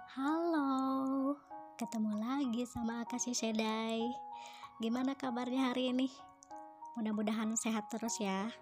Halo, ketemu lagi sama Akasih Sedai. Gimana kabarnya hari ini? Mudah-mudahan sehat terus ya.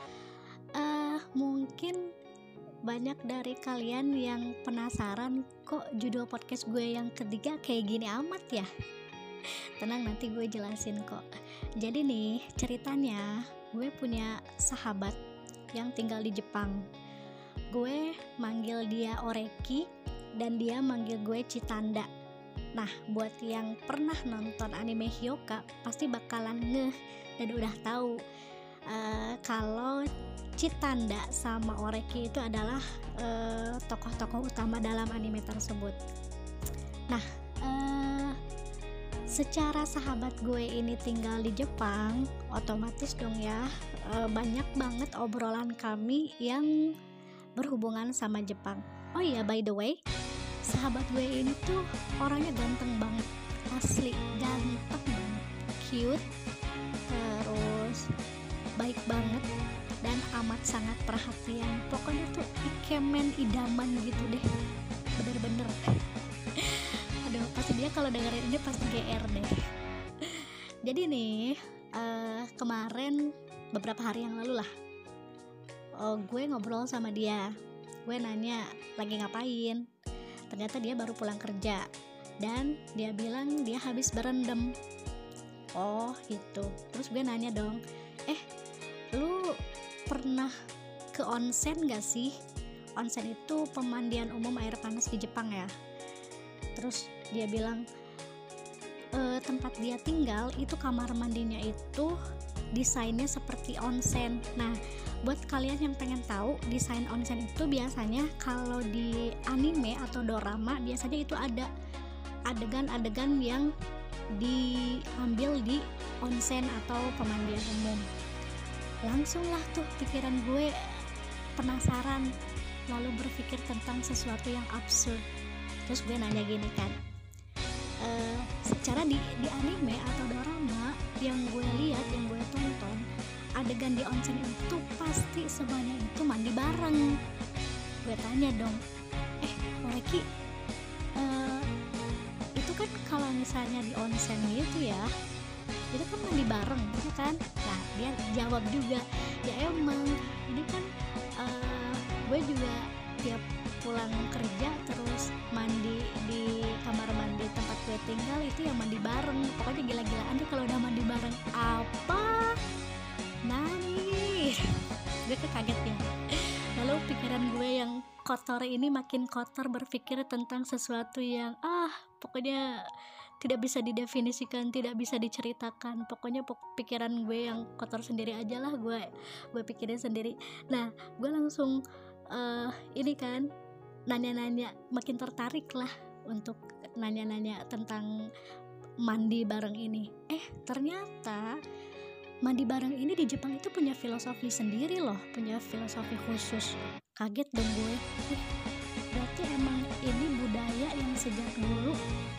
Mungkin banyak dari kalian yang penasaran kok judul podcast gue yang ketiga kayak gini amat ya. Tenang, nanti gue jelasin kok. Jadi nih ceritanya, gue punya sahabat yang tinggal di Jepang. Gue manggil dia Oreki dan dia manggil gue Chitanda. Nah, buat yang pernah nonton anime Hyoka pasti bakalan ngeh dan udah tahu kalau Chitanda sama Oreki itu adalah tokoh-tokoh utama dalam anime tersebut. Nah, secara sahabat gue ini tinggal di Jepang, otomatis dong ya banyak banget obrolan kami yang berhubungan sama Jepang. Oh iya, by the way, sahabat gue ini tuh orangnya ganteng banget, asli ganteng banget, cute, terus baik banget dan amat sangat perhatian. Pokoknya tuh ikemen idaman gitu deh, bener-bener. Aduh, pasti dia kalau dengerin ini pasti GR deh. Jadi nih kemarin beberapa hari yang lalu lah, gue ngobrol sama dia. Gue nanya lagi ngapain. Ternyata dia baru pulang kerja dan dia bilang dia habis berendam. Oh gitu. Terus gue nanya dong, lu pernah ke onsen gak sih? Onsen itu pemandian umum air panas di Jepang ya. Terus dia bilang tempat dia tinggal itu kamar mandinya itu desainnya seperti onsen. Nah, buat kalian yang pengen tahu desain onsen itu biasanya kalau di anime atau dorama biasanya itu ada adegan-adegan yang diambil di onsen atau pemandian umum. Langsunglah tuh pikiran gue penasaran, lalu berpikir tentang sesuatu yang absurd. Terus gue nanya gini kan, secara di anime atau dorama yang gue lihat, yang gue tonton, adegan di onsen itu pasti semuanya itu mandi bareng. Gue tanya dong, Oreki, itu kan kalau misalnya di onsen gitu ya, itu kan mandi bareng gitu kan? Nah, dia jawab juga, ya emang ini kan gue juga tiap pulang kerja terus mandi di kamar mandi tempat gue tinggal itu yang mandi bareng. Pokoknya gila-gilaan deh kalau udah mandi bareng. Apa? Nani? Gue kaget ya. Lalu pikiran gue yang kotor ini makin kotor, berpikir tentang sesuatu yang pokoknya tidak bisa didefinisikan, tidak bisa diceritakan. Pokoknya pikiran gue yang kotor sendiri aja lah, gue pikirin sendiri. Nah, gue langsung ini kan nanya-nanya, makin tertarik lah untuk nanya-nanya tentang mandi bareng ini. Ternyata mandi bareng ini di Jepang itu punya filosofi sendiri loh, punya filosofi khusus. Kaget dong gue. Berarti emang ini budaya yang sejak dulu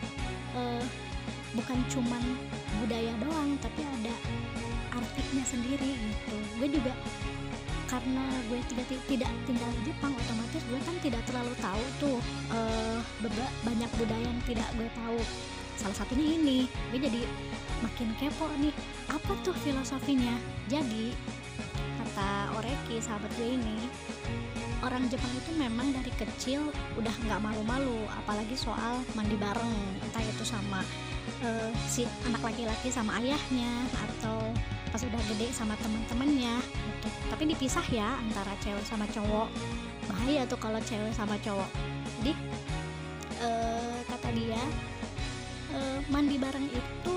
bukan cuman budaya doang, tapi ada artinya sendiri gitu. Gue juga karena gue tidak tinggal di Jepang, otomatis gue kan tidak terlalu tahu tuh banyak budaya yang tidak gue tahu. Salah satunya ini, gue jadi makin kepo nih, apa tuh filosofinya. Jadi kata Oreki, sahabat gue ini, orang Jepang itu memang dari kecil udah nggak malu-malu, apalagi soal mandi bareng, entah itu sama si anak laki-laki sama ayahnya, atau pas udah gede sama teman-temannya gitu. Tapi dipisah ya antara cewek sama cowok. Bahaya tuh kalau cewek sama cowok. Jadi kata dia mandi bareng itu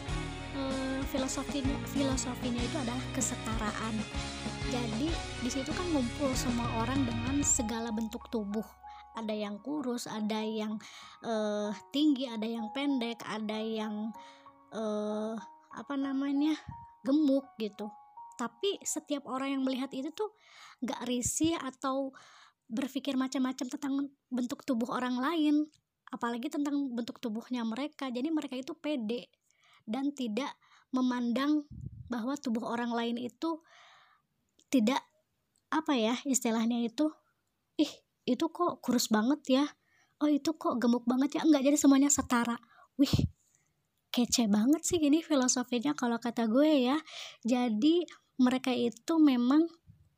filosofinya itu adalah kesetaraan. Jadi di situ kan ngumpul semua orang dengan segala bentuk tubuh. Ada yang kurus, ada yang tinggi, ada yang pendek, ada yang gemuk gitu. Tapi setiap orang yang melihat itu tuh gak risih atau berpikir macam-macam tentang bentuk tubuh orang lain, apalagi tentang bentuk tubuhnya mereka. Jadi mereka itu pede dan tidak memandang bahwa tubuh orang lain itu tidak istilahnya itu, itu kok kurus banget ya, oh itu kok gemuk banget ya, enggak, jadi semuanya setara. Wih, kece banget sih gini filosofinya kalau kata gue ya. Jadi mereka itu memang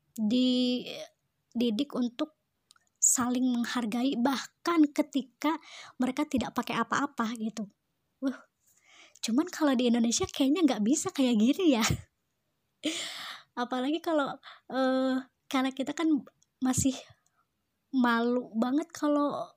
dididik untuk saling menghargai bahkan ketika mereka tidak pakai apa-apa gitu. Wah, cuman kalau di Indonesia kayaknya nggak bisa kayak gini ya. Apalagi kalau karena kita kan masih malu banget kalau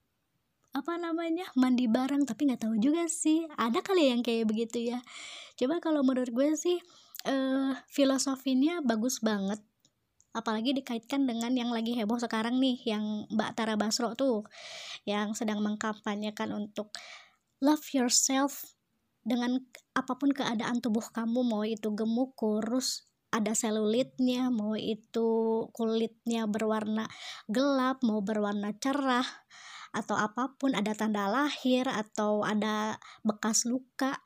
mandi bareng, tapi nggak tahu juga sih ada kali yang kayak begitu ya. Coba kalau menurut gue sih filosofinya bagus banget, apalagi dikaitkan dengan yang lagi heboh sekarang nih, yang Mbak Tara Basro tuh yang sedang mengkampanyekan untuk love yourself dengan apapun keadaan tubuh kamu, mau itu gemuk, kurus, ada selulitnya, mau itu kulitnya berwarna gelap, mau berwarna cerah, atau apapun, ada tanda lahir atau ada bekas luka,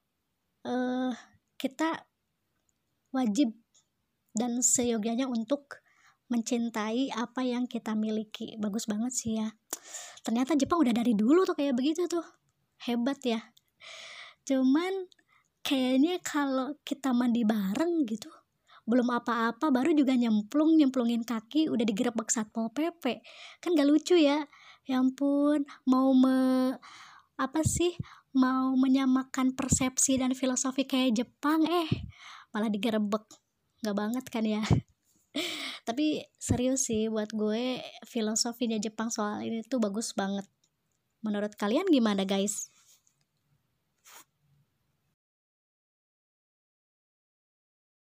kita wajib dan seyogyanya untuk mencintai apa yang kita miliki. Bagus banget sih ya. Ternyata Jepang udah dari dulu tuh kayak begitu tuh. Hebat ya. Cuman kayaknya kalau kita mandi bareng gitu, belum apa-apa baru juga nyemplungin kaki udah digerebek Satpol PP. Kan gak lucu ya. Ya ampun, mau menyamakan persepsi dan filosofi kayak Jepang, malah digerebek. Gak banget kan ya. Tapi serius sih, buat gue filosofinya Jepang soal ini tuh bagus banget. Menurut kalian gimana guys?